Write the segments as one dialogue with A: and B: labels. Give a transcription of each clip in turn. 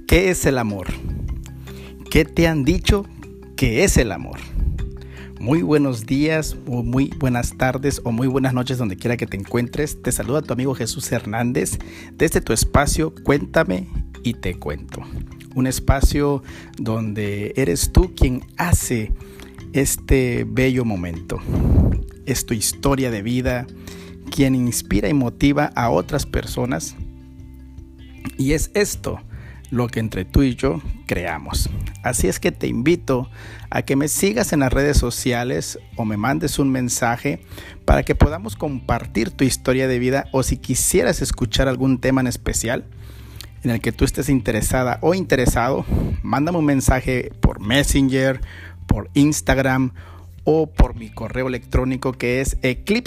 A: ¿Qué es el amor? ¿Qué te han dicho que es el amor? Muy buenos días, o muy buenas tardes o muy buenas noches donde quiera que te encuentres. Te saluda tu amigo Jesús Hernández desde tu espacio Cuéntame y te cuento. Un espacio donde eres tú quien hace este bello momento. Es tu historia de vida, quien inspira y motiva a otras personas. Y es esto lo que entre tú y yo creamos. Así es que te invito a que me sigas en las redes sociales o me mandes un mensaje para que podamos compartir tu historia de vida, o si quisieras escuchar algún tema en especial en el que tú estés interesada o interesado, mándame un mensaje por Messenger, por Instagram o por mi correo electrónico, que es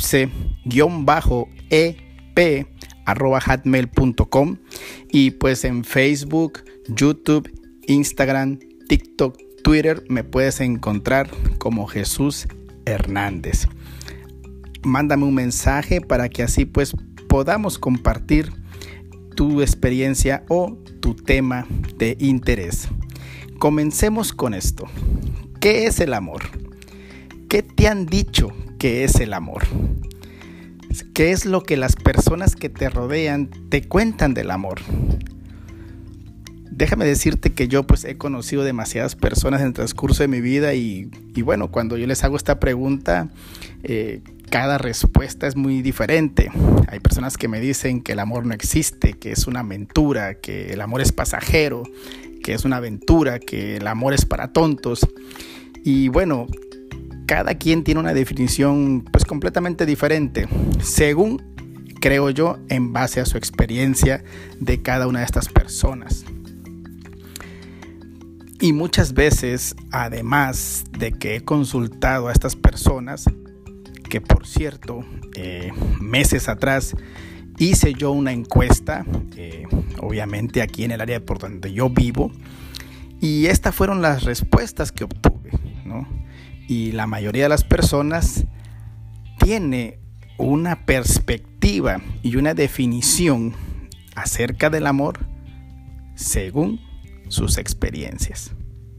A: eclipse-ep@hotmail.com, y pues en Facebook, YouTube, Instagram, TikTok, Twitter me puedes encontrar como Jesús Hernández. Mándame un mensaje para que así pues podamos compartir tu experiencia o tu tema de interés. Comencemos con esto. ¿Qué es el amor? ¿Qué te han dicho que es el amor? ¿Qué es lo que las personas que te rodean te cuentan del amor? Déjame decirte que yo pues he conocido demasiadas personas en el transcurso de mi vida y bueno, cuando yo les hago esta pregunta, cada respuesta es muy diferente. Hay personas que me dicen que el amor no existe, que es una aventura, que el amor es pasajero, que es una aventura, que el amor es para tontos. Y bueno, cada quien tiene una definición pues completamente diferente, según, creo yo, en base a su experiencia de cada una de estas personas. Y muchas veces, además de que he consultado a estas personas, que por cierto, meses atrás hice yo una encuesta, obviamente aquí en el área por donde yo vivo, y estas fueron las respuestas que obtuve, ¿no? Y la mayoría de las personas tiene una perspectiva y una definición acerca del amor según sus experiencias.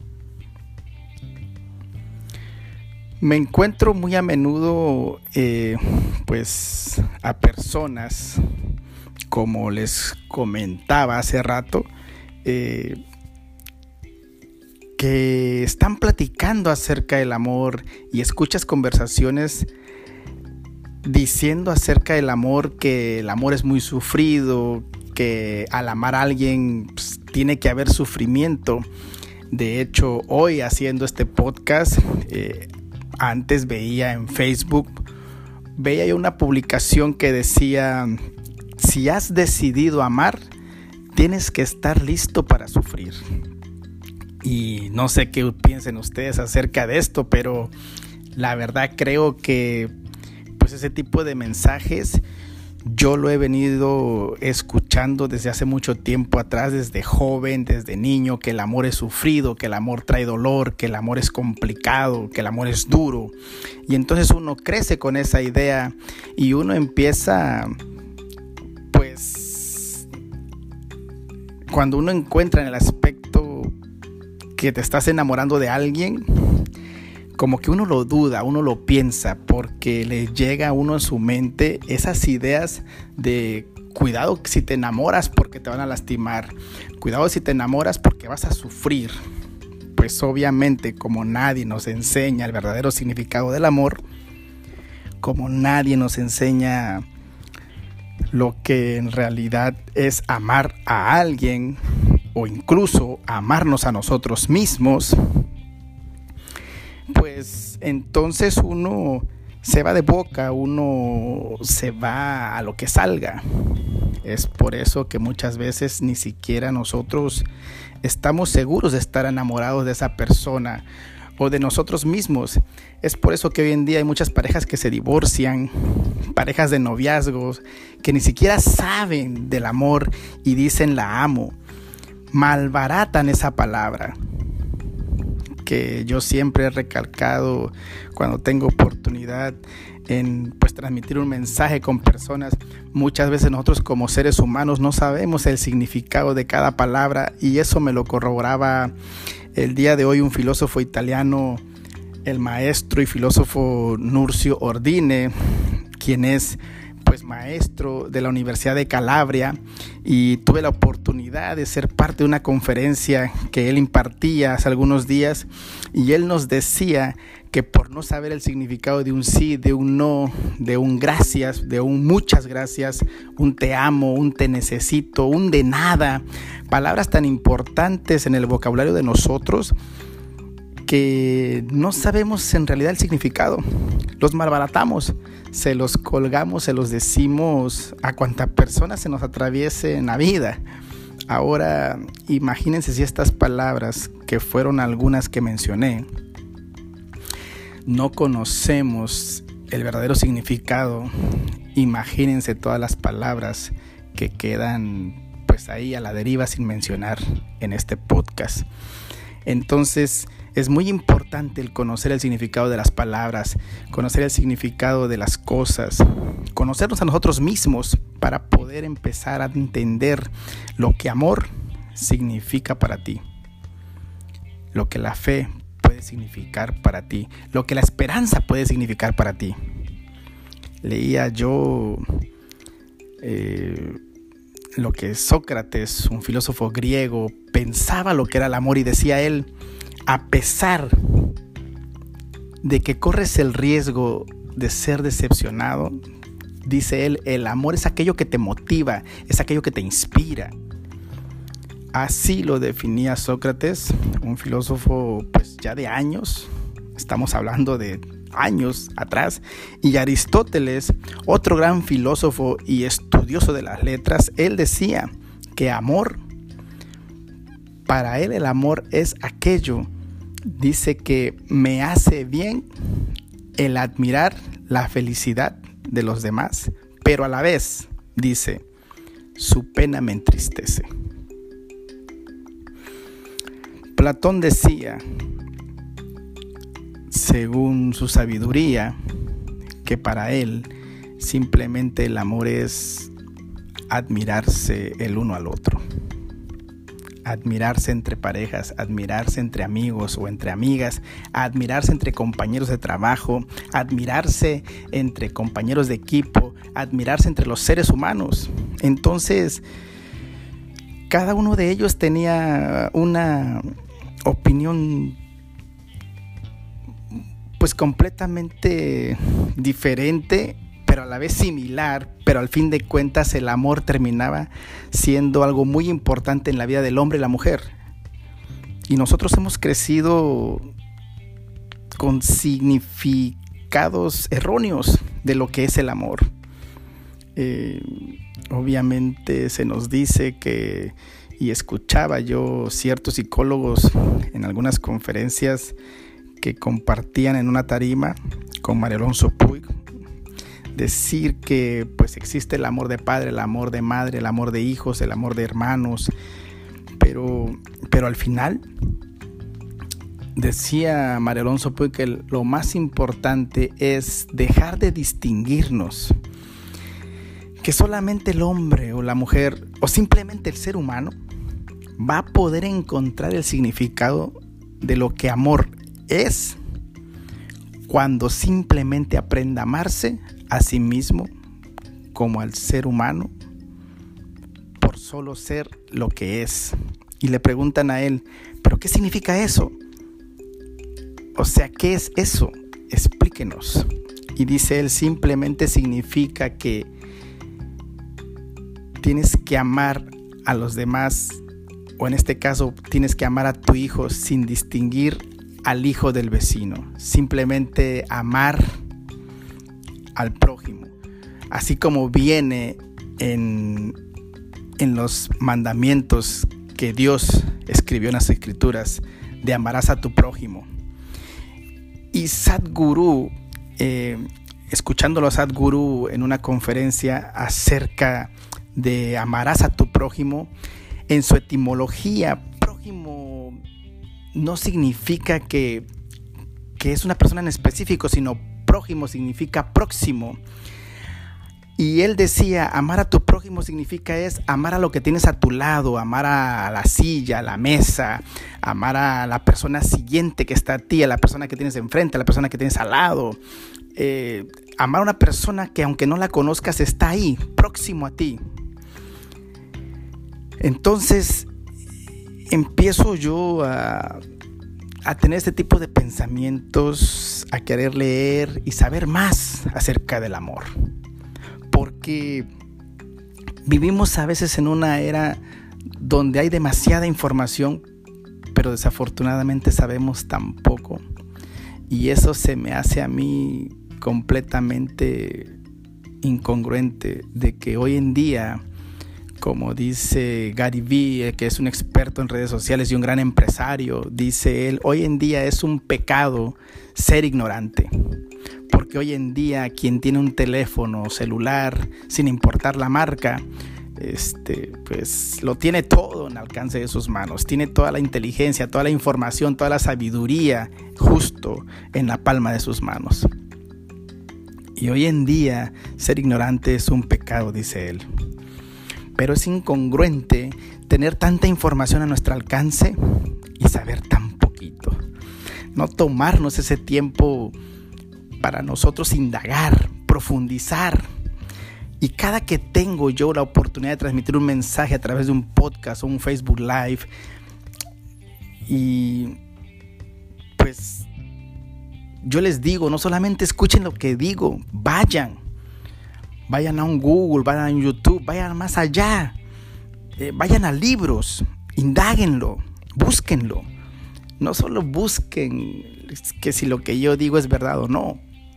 A: Me encuentro muy a menudo pues a personas, como les comentaba hace rato, que están platicando acerca del amor, y escuchas conversaciones diciendo acerca del amor, que el amor es muy sufrido, que al amar a alguien pues, tiene que haber sufrimiento. De hecho, hoy haciendo este podcast, antes veía en Facebook, veía yo una publicación que decía: si has decidido amar, tienes que estar listo para sufrir. Y no sé qué piensen ustedes acerca de esto, pero la verdad creo que pues ese tipo de mensajes yo lo he venido escuchando desde hace mucho tiempo atrás, desde joven, desde niño, que el amor es sufrido, que el amor trae dolor, que el amor es complicado, que el amor es duro. Y entonces uno crece con esa idea y uno empieza, pues, cuando uno encuentra en el aspecto que te estás enamorando de alguien, como que uno lo duda, uno lo piensa, porque le llega a uno en su mente esas ideas de cuidado si te enamoras porque te van a lastimar, cuidado si te enamoras porque vas a sufrir. Pues obviamente, como nadie nos enseña el verdadero significado del amor, como nadie nos enseña lo que en realidad es amar a alguien o incluso amarnos a nosotros mismos, pues entonces uno se va de boca, uno se va a lo que salga. Es por eso que muchas veces ni siquiera nosotros estamos seguros de estar enamorados de esa persona o de nosotros mismos. Es por eso que hoy en día hay muchas parejas que se divorcian, parejas de noviazgos que ni siquiera saben del amor y dicen la amo. Malbaratan esa palabra, que yo siempre he recalcado cuando tengo oportunidad en pues transmitir un mensaje con personas. Muchas veces nosotros como seres humanos no sabemos el significado de cada palabra, y eso me lo corroboraba el día de hoy un filósofo italiano, el maestro y filósofo Nunzio Ordine, quien es pues maestro de la Universidad de Calabria, y tuve la oportunidad de ser parte de una conferencia que él impartía hace algunos días, y él nos decía que por no saber el significado de un sí, de un no, de un gracias, de un muchas gracias, un te amo, un te necesito, un de nada, palabras tan importantes en el vocabulario de nosotros, que no sabemos en realidad el significado. Los malbaratamos, se los colgamos, se los decimos a cuanta persona se nos atraviese en la vida. Ahora, imagínense si estas palabras, que fueron algunas que mencioné, no conocemos el verdadero significado. Imagínense todas las palabras que quedan pues ahí a la deriva sin mencionar en este podcast. Entonces, es muy importante el conocer el significado de las palabras, conocer el significado de las cosas, conocernos a nosotros mismos para poder empezar a entender lo que amor significa para ti, lo que la fe puede significar para ti, lo que la esperanza puede significar para ti. Leía yo lo que Sócrates, un filósofo griego, pensaba lo que era el amor, y decía él: a pesar de que corres el riesgo de ser decepcionado, dice él, el amor es aquello que te motiva, es aquello que te inspira. Así lo definía Sócrates, un filósofo pues ya de años, estamos hablando de años atrás. Y Aristóteles, otro gran filósofo y estudioso de las letras, él decía que amor, para él el amor es aquello, dice, que me hace bien el admirar la felicidad de los demás, pero a la vez, dice, su pena me entristece. Platón decía, según su sabiduría, que para él simplemente el amor es admirarse el uno al otro. Admirarse entre parejas, admirarse entre amigos o entre amigas, admirarse entre compañeros de trabajo, admirarse entre compañeros de equipo, admirarse entre los seres humanos. Entonces, cada uno de ellos tenía una opinión pues completamente diferente, pero a la vez similar, pero al fin de cuentas el amor terminaba siendo algo muy importante en la vida del hombre y la mujer. Y nosotros hemos crecido con significados erróneos de lo que es el amor. Obviamente se nos dice que, y escuchaba yo ciertos psicólogos en algunas conferencias que compartían en una tarima con María Alonso Puig, decir que pues existe el amor de padre, el amor de madre, el amor de hijos, el amor de hermanos, pero al final decía María Alonso Puig que lo más importante es dejar de distinguirnos, que solamente el hombre o la mujer o simplemente el ser humano va a poder encontrar el significado de lo que amor es cuando simplemente aprenda a amarse a sí mismo como al ser humano por solo ser lo que es. Y le preguntan a él, ¿pero qué significa eso? O sea, ¿qué es eso? Explíquenos. Y dice él, simplemente significa que tienes que amar a los demás, o en este caso tienes que amar a tu hijo sin distinguir al hijo del vecino, simplemente amar al prójimo, así como viene en los mandamientos que Dios escribió en las Escrituras, de amarás a tu prójimo. Y Sadhguru, escuchándolo a Sadhguru en una conferencia acerca de amarás a tu prójimo, en su etimología, prójimo no significa que es una persona en específico, sino prójimo significa próximo. Y él decía, amar a tu prójimo significa amar a lo que tienes a tu lado, amar a la silla, a la mesa, amar a la persona siguiente que está a ti, a la persona que tienes enfrente, a la persona que tienes al lado. Amar a una persona que aunque no la conozcas está ahí, próximo a ti. Entonces empiezo yo a tener este tipo de pensamientos, a querer leer y saber más acerca del amor. Porque vivimos a veces en una era donde hay demasiada información, pero desafortunadamente sabemos tan poco. Y eso se me hace a mí completamente incongruente, de que hoy en día, como dice Gary Vee, que es un experto en redes sociales y un gran empresario, dice él, hoy en día es un pecado ser ignorante. Porque hoy en día quien tiene un teléfono celular, sin importar la marca, pues lo tiene todo en alcance de sus manos. Tiene toda la inteligencia, toda la información, toda la sabiduría justo en la palma de sus manos. Y hoy en día ser ignorante es un pecado, dice él. Pero es incongruente tener tanta información a nuestro alcance y saber tan poquito. No tomarnos ese tiempo para nosotros indagar, profundizar. Y cada que tengo yo la oportunidad de transmitir un mensaje a través de un podcast o un Facebook Live, y pues yo les digo, no solamente escuchen lo que digo, vayan a un Google, vayan a un YouTube, vayan más allá, vayan a libros, indáguenlo, búsquenlo. No solo busquen que si lo que yo digo es verdad o no.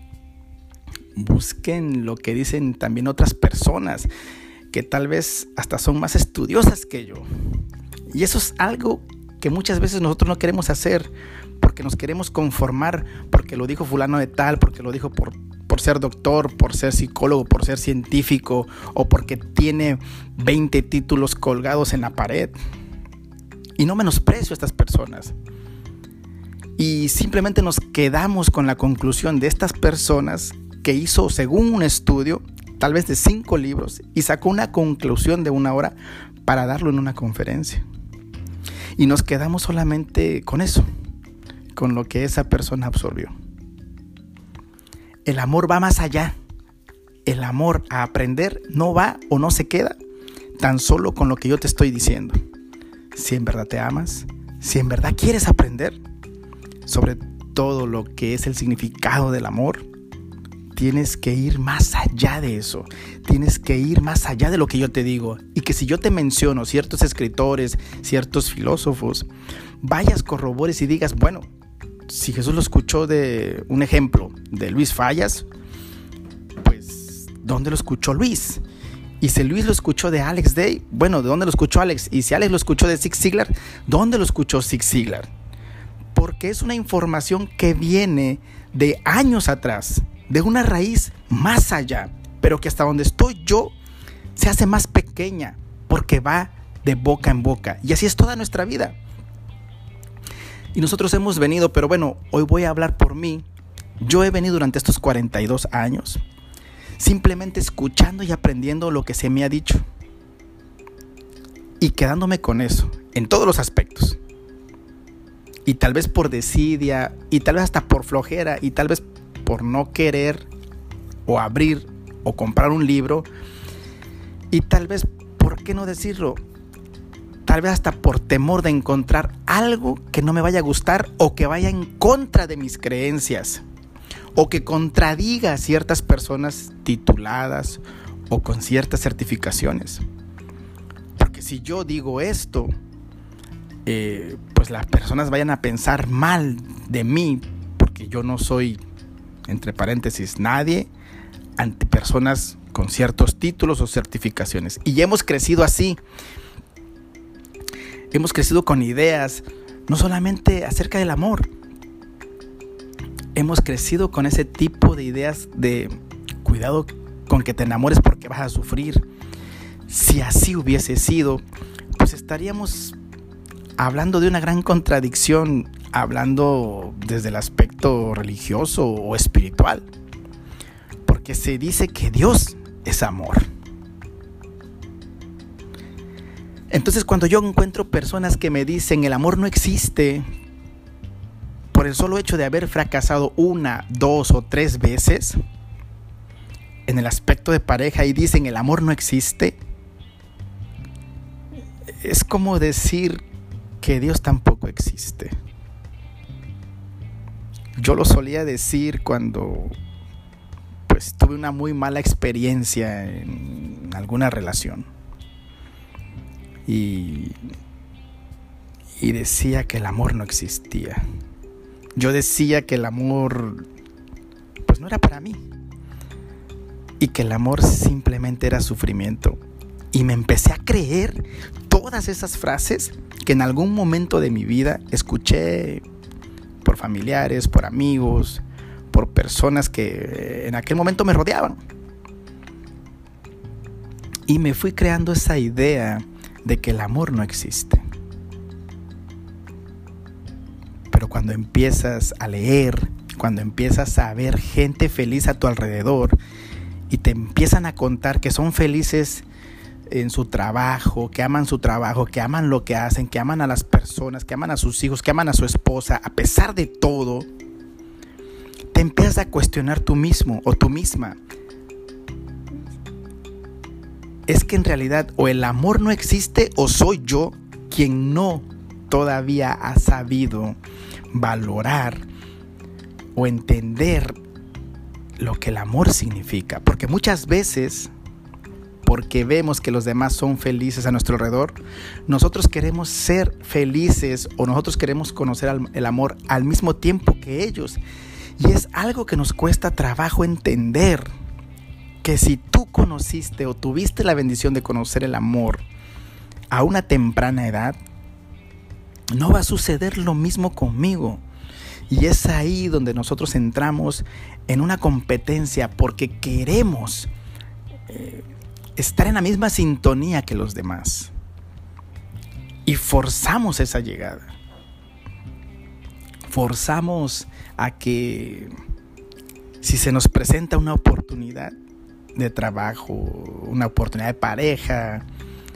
A: Busquen lo que dicen también otras personas que tal vez hasta son más estudiosas que yo. Y eso es algo que muchas veces nosotros no queremos hacer porque nos queremos conformar porque lo dijo fulano de tal, porque lo dijo por ser doctor, por ser psicólogo, por ser científico o porque tiene 20 títulos colgados en la pared. Y no menosprecio a estas personas. Y simplemente nos quedamos con la conclusión de estas personas que hizo según un estudio, tal vez de 5 libros, y sacó una conclusión de 1 hora para darlo en una conferencia. Y nos quedamos solamente con eso, con lo que esa persona absorbió. El amor va más allá. El amor a aprender no va o no se queda tan solo con lo que yo te estoy diciendo. Si en verdad te amas, si en verdad quieres aprender sobre todo lo que es el significado del amor, tienes que ir más allá de eso. Tienes que ir más allá de lo que yo te digo. Y que si yo te menciono ciertos escritores, ciertos filósofos, vayas, corrobores y digas, bueno, si Jesús lo escuchó de un ejemplo de Luis Fallas, pues ¿dónde lo escuchó Luis? Y si Luis lo escuchó de Alex Day, bueno, ¿de dónde lo escuchó Alex? Y si Alex lo escuchó de Zig Ziglar, ¿dónde lo escuchó Zig Ziglar? Porque es una información que viene de años atrás, de una raíz más allá, pero que hasta donde estoy yo se hace más pequeña porque va de boca en boca. Y así es toda nuestra vida. Y nosotros hemos venido, pero bueno, hoy voy a hablar por mí. Yo he venido durante estos 42 años simplemente escuchando y aprendiendo lo que se me ha dicho y quedándome con eso en todos los aspectos. Y tal vez por desidia, y tal vez hasta por flojera, y tal vez por no querer o abrir o comprar un libro, y tal vez, ¿por qué no decirlo? Tal vez hasta por temor de encontrar algo que no me vaya a gustar o que vaya en contra de mis creencias o que contradiga a ciertas personas tituladas o con ciertas certificaciones. Porque si yo digo esto, pues las personas vayan a pensar mal de mí, porque yo no soy, entre paréntesis, nadie ante personas con ciertos títulos o certificaciones. Y hemos crecido así. Hemos crecido con ideas, no solamente acerca del amor. Hemos crecido con ese tipo de ideas de cuidado con que te enamores porque vas a sufrir. Si así hubiese sido, pues estaríamos hablando de una gran contradicción, hablando desde el aspecto religioso o espiritual. porque se dice que Dios es amor. Entonces, cuando yo encuentro personas que me dicen el amor no existe, por el solo hecho de haber fracasado 1, 2 o 3 veces en el aspecto de pareja y dicen el amor no existe, es como decir que Dios tampoco existe. Yo lo solía decir cuando pues tuve una muy mala experiencia en alguna relación y decía que el amor no existía. Yo decía que el amor pues no era para mí y que el amor simplemente era sufrimiento, y me empecé a creer todas esas frases que en algún momento de mi vida escuché por familiares, por amigos, por personas que en aquel momento me rodeaban. Y me fui creando esa idea de que el amor no existe. Pero cuando empiezas a leer, cuando empiezas a ver gente feliz a tu alrededor y te empiezan a contar que son felices en su trabajo, que aman lo que hacen, que aman a las personas, que aman a sus hijos, que aman a su esposa, a pesar de todo, te empiezas a cuestionar tú mismo o tú misma. Es que en realidad o el amor no existe o soy yo quien no todavía ha sabido valorar o entender lo que el amor significa. Porque muchas veces, porque vemos que los demás son felices a nuestro alrededor, nosotros queremos ser felices o nosotros queremos conocer el amor al mismo tiempo que ellos. Y es algo que nos cuesta trabajo entender, que si tú conociste o tuviste la bendición de conocer el amor a una temprana edad, no va a suceder lo mismo conmigo. Y es ahí donde nosotros entramos en una competencia porque queremos estar en la misma sintonía que los demás. Y forzamos esa llegada. Forzamos a que si se nos presenta una oportunidad de trabajo, una oportunidad de pareja,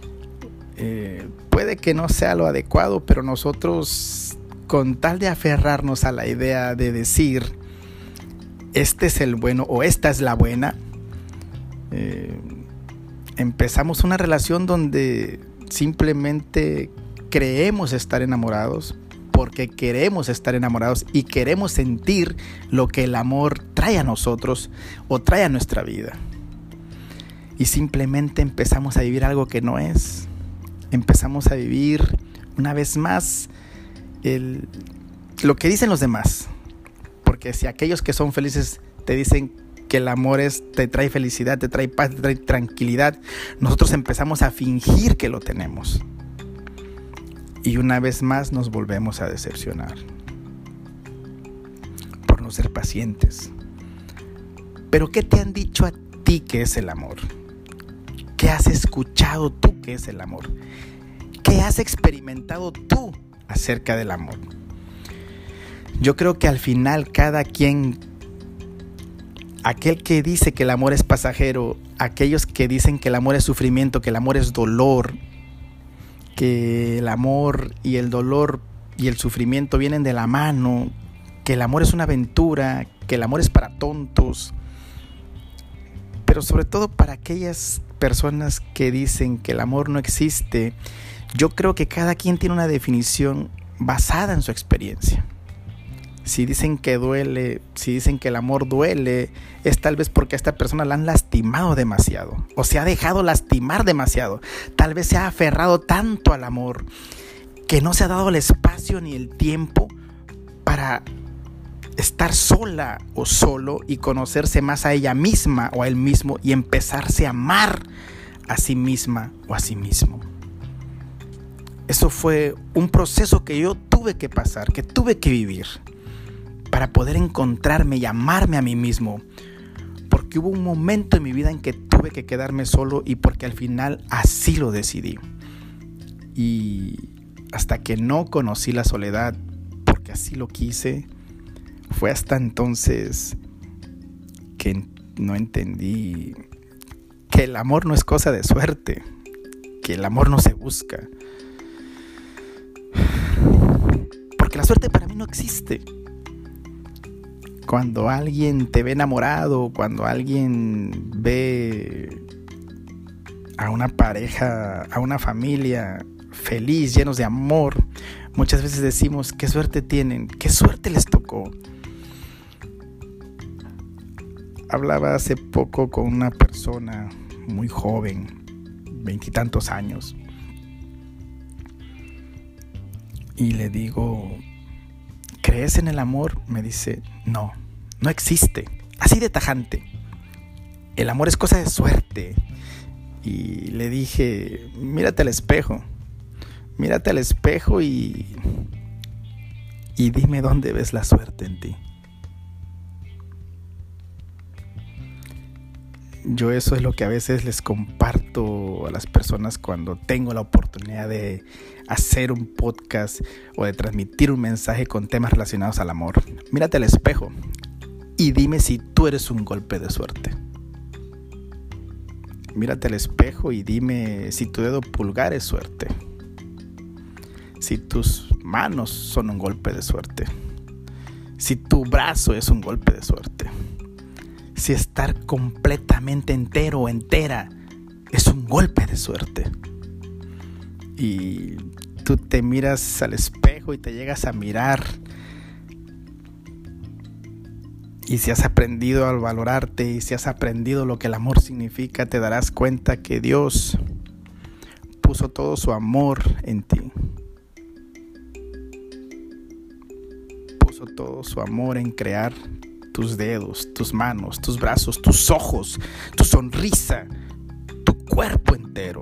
A: puede que no sea lo adecuado, pero nosotros, con tal de aferrarnos a la idea de decir este es el bueno o esta es la buena, empezamos una relación donde simplemente creemos estar enamorados porque queremos estar enamorados y queremos sentir lo que el amor trae a nosotros o trae a nuestra vida. Y simplemente empezamos a vivir algo que no es. Empezamos a vivir una vez más lo que dicen los demás. Porque si aquellos que son felices te dicen que el amor te trae felicidad, te trae paz, te trae tranquilidad, nosotros empezamos a fingir que lo tenemos. Y una vez más nos volvemos a decepcionar por no ser pacientes. Pero ¿qué te han dicho a ti que es el amor? ¿Qué has escuchado tú que es el amor? ¿Qué has experimentado tú acerca del amor? Yo creo que al final cada quien, aquel que dice que el amor es pasajero, aquellos que dicen que el amor es sufrimiento, que el amor es dolor, que el amor y el dolor y el sufrimiento vienen de la mano, que el amor es una aventura, que el amor es para tontos, pero sobre todo para aquellas personas que dicen que el amor no existe, yo creo que cada quien tiene una definición basada en su experiencia. Si dicen que duele, si dicen que el amor duele, es tal vez porque a esta persona la han lastimado demasiado o se ha dejado lastimar demasiado. Tal vez se ha aferrado tanto al amor que no se ha dado el espacio ni el tiempo para estar sola o solo y conocerse más a ella misma o a él mismo y empezarse a amar a sí misma o a sí mismo. Eso fue un proceso que yo tuve que pasar, que tuve que vivir para poder encontrarme y amarme a mí mismo, porque hubo un momento en mi vida en que tuve que quedarme solo y porque al final así lo decidí. Y hasta que no conocí la soledad, porque así lo quise, fue hasta entonces que no entendí que el amor no es cosa de suerte, que el amor no se busca. Porque la suerte para mí no existe. Cuando alguien te ve enamorado, cuando alguien ve a una pareja, a una familia feliz, llenos de amor, muchas veces decimos, qué suerte tienen, qué suerte les tocó. Hablaba hace poco con una persona muy joven, 20 y tantos años, y le digo, ¿crees en el amor? Me dice, no existe, así de tajante. El amor es cosa de suerte. Y le dije, mírate al espejo y dime dónde ves la suerte en ti. Yo eso es lo que a veces les comparto a las personas cuando tengo la oportunidad de hacer un podcast o de transmitir un mensaje con temas relacionados al amor. Mírate al espejo y dime si tú eres un golpe de suerte. Mírate al espejo y dime si tu dedo pulgar es suerte. Si tus manos son un golpe de suerte. Si tu brazo es un golpe de suerte. Si estar completamente entero o entera es un golpe de suerte. Y tú te miras al espejo y te llegas a mirar. Y si has aprendido a valorarte y si has aprendido lo que el amor significa, te darás cuenta que Dios puso todo su amor en ti. Puso todo su amor en crear tus dedos, tus manos, tus brazos, tus ojos, tu sonrisa, tu cuerpo entero.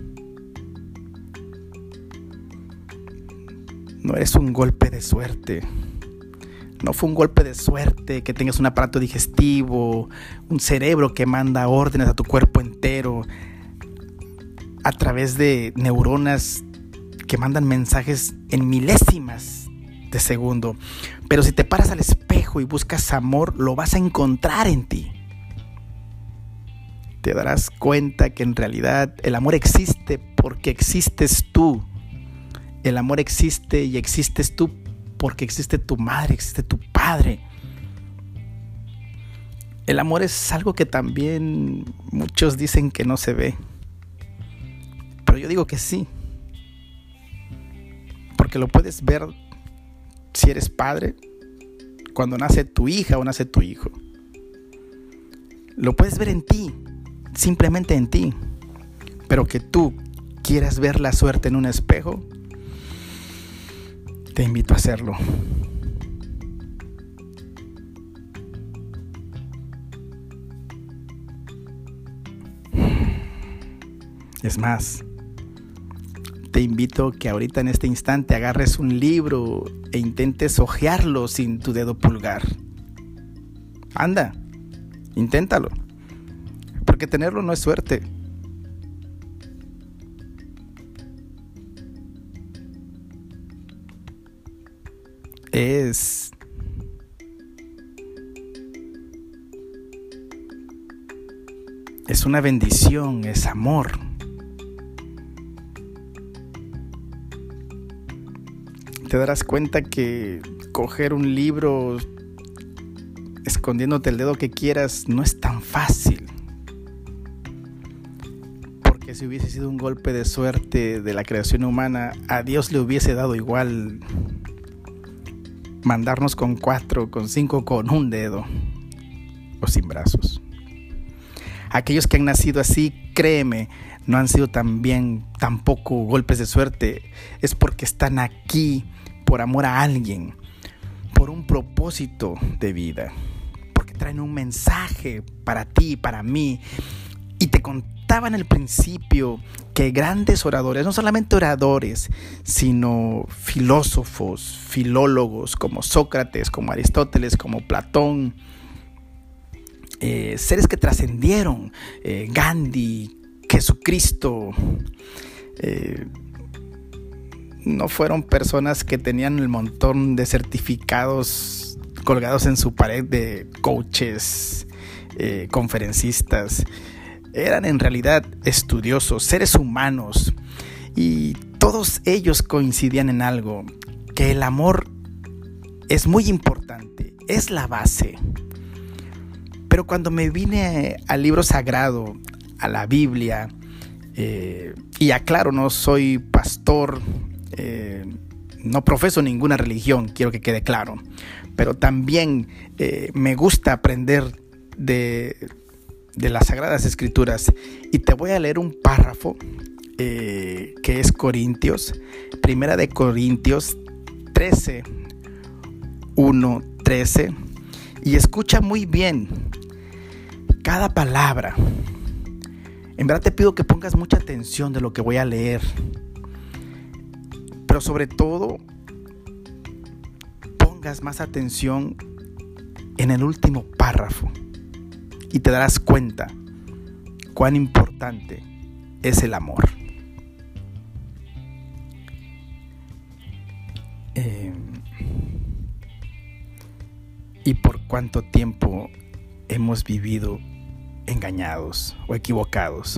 A: No eres un golpe de suerte. No fue un golpe de suerte que tengas un aparato digestivo, un cerebro que manda órdenes a tu cuerpo entero a través de neuronas que mandan mensajes en milésimas de segundo. Pero si te paras al espejo y buscas amor, lo vas a encontrar en ti. Te darás cuenta que en realidad el amor existe porque existes tú. El amor existe y existes tú porque existe tu madre, existe tu padre. El amor es algo que también muchos dicen que no se ve. Pero yo digo que sí. Porque lo puedes ver si eres padre, cuando nace tu hija o nace tu hijo. Lo puedes ver en ti, simplemente en ti. Pero que tú quieras ver la suerte en un espejo, te invito a hacerlo. Es más, te invito que ahorita en este instante agarres un libro e intentes hojearlo sin tu dedo pulgar. Anda, inténtalo. Porque tenerlo no es suerte. Es una bendición, es amor. Te darás cuenta que coger un libro escondiéndote el dedo que quieras no es tan fácil. Porque si hubiese sido un golpe de suerte de la creación humana, a Dios le hubiese dado igual mandarnos con 4, con 5, con un dedo o sin brazos. Aquellos que han nacido así, créeme, no han sido tampoco golpes de suerte. Es porque están aquí por amor a alguien, por un propósito de vida, porque traen un mensaje para ti, para mí. Y te contaba en el principio que grandes oradores, no solamente oradores, sino filósofos, filólogos como Sócrates, como Aristóteles, como Platón, seres que trascendieron, Gandhi, Jesucristo, no fueron personas que tenían el montón de certificados colgados en su pared de coaches, conferencistas, eran en realidad estudiosos, seres humanos, y todos ellos coincidían en algo, que el amor es muy importante, es la base. Pero cuando me vine al libro sagrado, a la Biblia, y aclaro, no soy pastor, no profeso ninguna religión, quiero que quede claro, pero también me gusta aprender de las Sagradas Escrituras, y te voy a leer un párrafo que es Corintios, Primera de Corintios 13, 1, 13, y escucha muy bien cada palabra. En verdad te pido que pongas mucha atención de lo que voy a leer, pero sobre todo pongas más atención en el último párrafo y te darás cuenta cuán importante es el amor. Y por cuánto tiempo hemos vivido engañados o equivocados.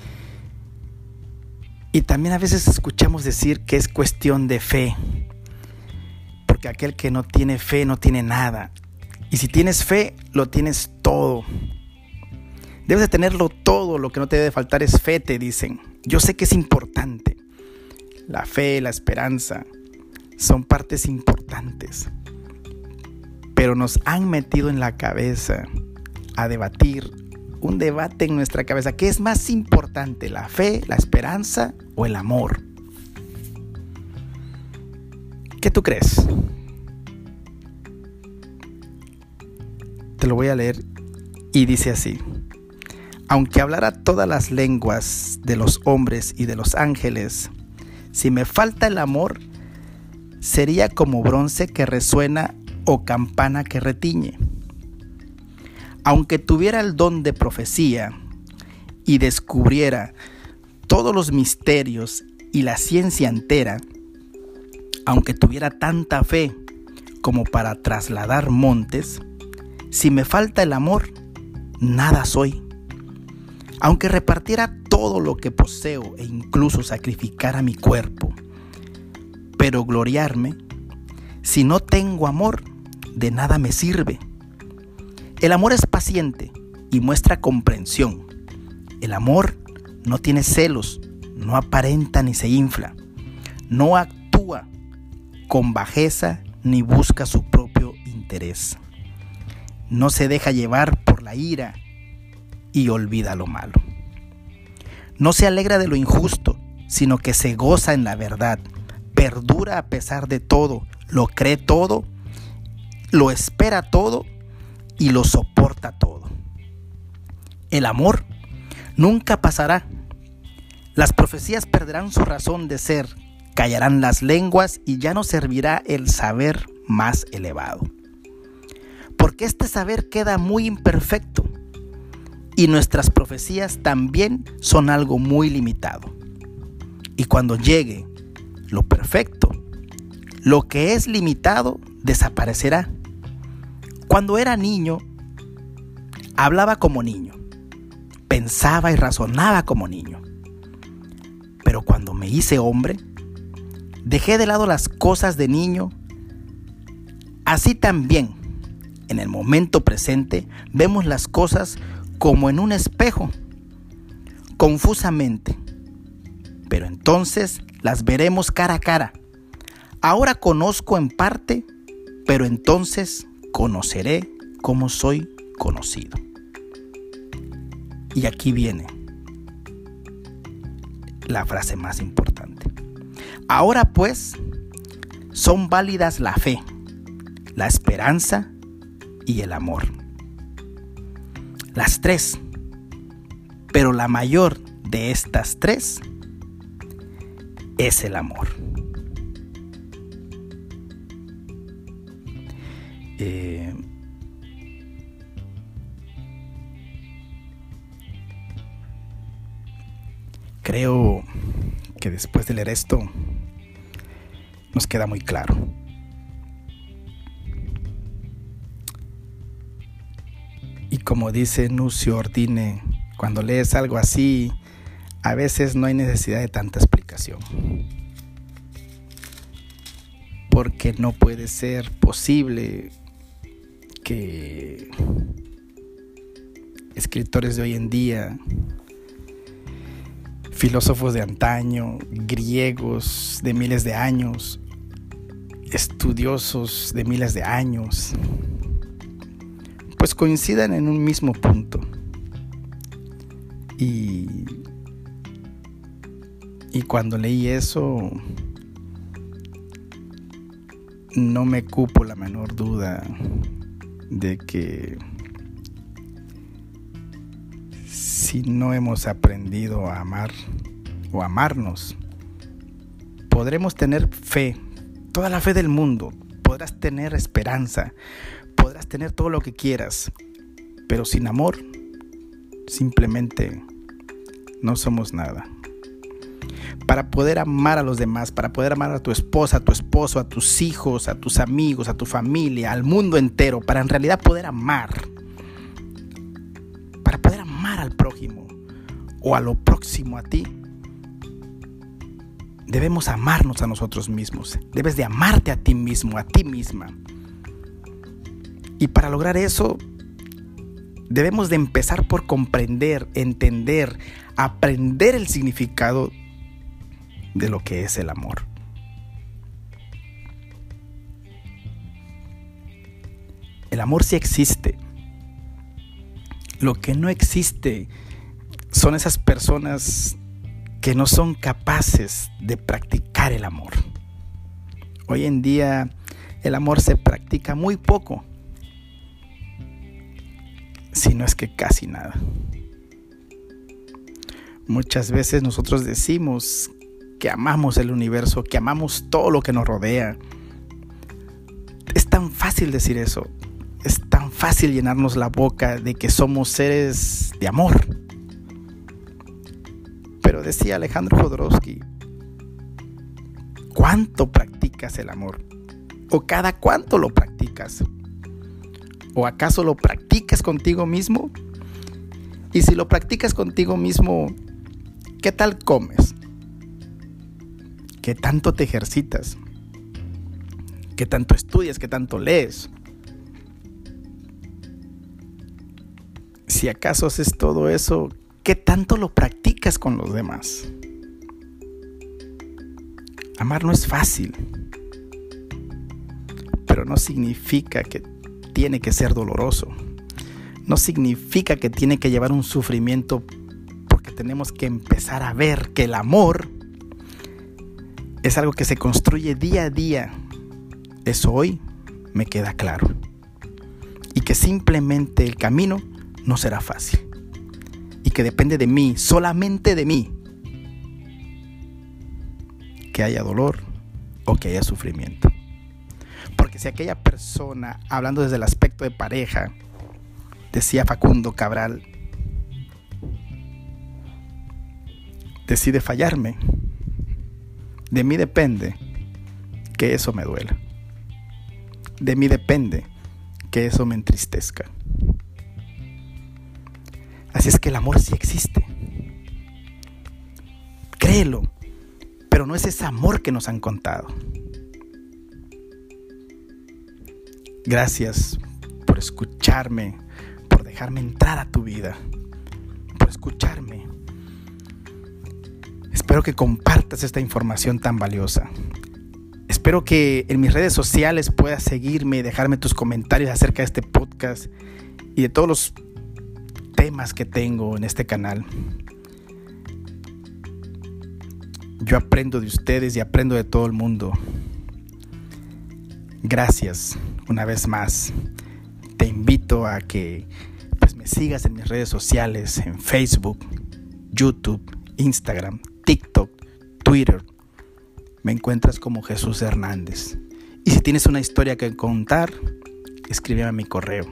A: Y también a veces escuchamos decir que es cuestión de fe, porque aquel que no tiene fe no tiene nada. Y si tienes fe, lo tienes todo. Debes de tenerlo todo, lo que no te debe faltar es fe, te dicen. Yo sé que es importante. La fe, la esperanza, son partes importantes. Pero nos han metido en la cabeza a debatir, un debate en nuestra cabeza. ¿Qué es más importante, la fe, la esperanza o el amor? ¿Qué tú crees? Te lo voy a leer y dice así: aunque hablara todas las lenguas de los hombres y de los ángeles, si me falta el amor, sería como bronce que resuena o campana que retiñe. Aunque tuviera el don de profecía y descubriera todos los misterios y la ciencia entera, aunque tuviera tanta fe como para trasladar montes, si me falta el amor, nada soy. Aunque repartiera todo lo que poseo e incluso sacrificara mi cuerpo, pero gloriarme, si no tengo amor, de nada me sirve. El amor es paciente y muestra comprensión. El amor no tiene celos, no aparenta ni se infla, no actúa con bajeza ni busca su propio interés. No se deja llevar por la ira y olvida lo malo. No se alegra de lo injusto, sino que se goza en la verdad. Perdura a pesar de todo, lo cree todo, lo espera todo y lo soporta todo. El amor nunca pasará. Las profecías perderán su razón de ser, callarán las lenguas y ya no servirá el saber más elevado. Porque este saber queda muy imperfecto y nuestras profecías también son algo muy limitado. Y cuando llegue lo perfecto, lo que es limitado desaparecerá. Cuando era niño, hablaba como niño, pensaba y razonaba como niño. Pero cuando me hice hombre, dejé de lado las cosas de niño. Así también, en el momento presente, vemos las cosas como en un espejo, confusamente. Pero entonces las veremos cara a cara. Ahora conozco en parte, pero entonces conoceré como soy conocido. Y aquí viene la frase más importante. Ahora pues, son válidas la fe, la esperanza y el amor. Las tres, pero la mayor de estas tres es el amor. Creo que después de leer esto nos queda muy claro. Y Como dice Nucio Ordine, cuando lees algo así, a veces no hay necesidad de tanta explicación. Porque no puede ser posible que escritores de hoy en día, filósofos de antaño, griegos de miles de años, estudiosos de miles de años, pues coincidan en un mismo punto. Y cuando leí eso, no me cupo la menor duda de que si no hemos aprendido a amar o amarnos, podremos tener fe, toda la fe del mundo, podrás tener esperanza, podrás tener todo lo que quieras, pero sin amor, simplemente no somos nada. Para poder amar a los demás, para poder amar a tu esposa, a tu esposo, a tus hijos, a tus amigos, a tu familia, al mundo entero, para en realidad poder amar, para poder amar al prójimo o a lo próximo a ti, debemos amarnos a nosotros mismos. Debes de amarte a ti mismo, a ti misma. Y para lograr eso, debemos de empezar por comprender, entender, aprender el significado de lo que es el amor. El amor sí existe. Lo que no existe son esas personas que no son capaces de practicar el amor. Hoy en día el amor se practica muy poco, si no es que casi nada. Muchas veces nosotros decimos que amamos el universo, que amamos todo lo que nos rodea. Es tan fácil decir eso. Es tan fácil llenarnos la boca de que somos seres de amor. Pero decía Alejandro Jodorowsky, ¿cuánto practicas el amor? ¿O cada cuánto lo practicas? ¿O acaso lo practicas contigo mismo? Y si lo practicas contigo mismo, ¿qué tal comes? ¿Qué tanto te ejercitas? ¿Qué tanto estudias? ¿Qué tanto lees? Si acaso haces todo eso, ¿qué tanto lo practicas con los demás? Amar no es fácil, pero no significa que tiene que ser doloroso. No significa que tiene que llevar un sufrimiento, porque tenemos que empezar a ver que el amor es algo que se construye día a día. Eso hoy me queda claro. Y que simplemente el camino no será fácil. Y que depende de mí, solamente de mí, que haya dolor o que haya sufrimiento. Porque si aquella persona, hablando desde el aspecto de pareja, decía Facundo Cabral, decide fallarme, de mí depende que eso me duela. De mí depende que eso me entristezca. Así es que el amor sí existe. Créelo, pero no es ese amor que nos han contado. Gracias por escucharme, por dejarme entrar a tu vida, por escucharme. Espero que compartas esta información tan valiosa. Espero que en mis redes sociales puedas seguirme y dejarme tus comentarios acerca de este podcast y de todos los temas que tengo en este canal. Yo aprendo de ustedes y aprendo de todo el mundo. Gracias una vez más. Te invito a que me sigas en mis redes sociales, en Facebook, YouTube, Instagram, TikTok, Twitter. Me encuentras como Jesús Hernández. Y si tienes una historia que contar, escríbeme a mi correo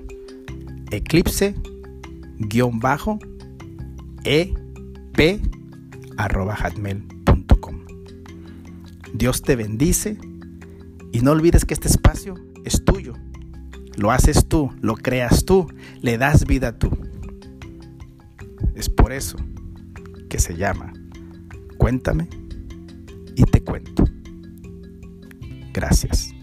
A: eclipse-ep@hotmail.com. Dios te bendice y no olvides que este espacio es tuyo. Lo haces tú, lo creas tú, le das vida tú. Es por eso que se llama Cuéntame y te cuento. Gracias.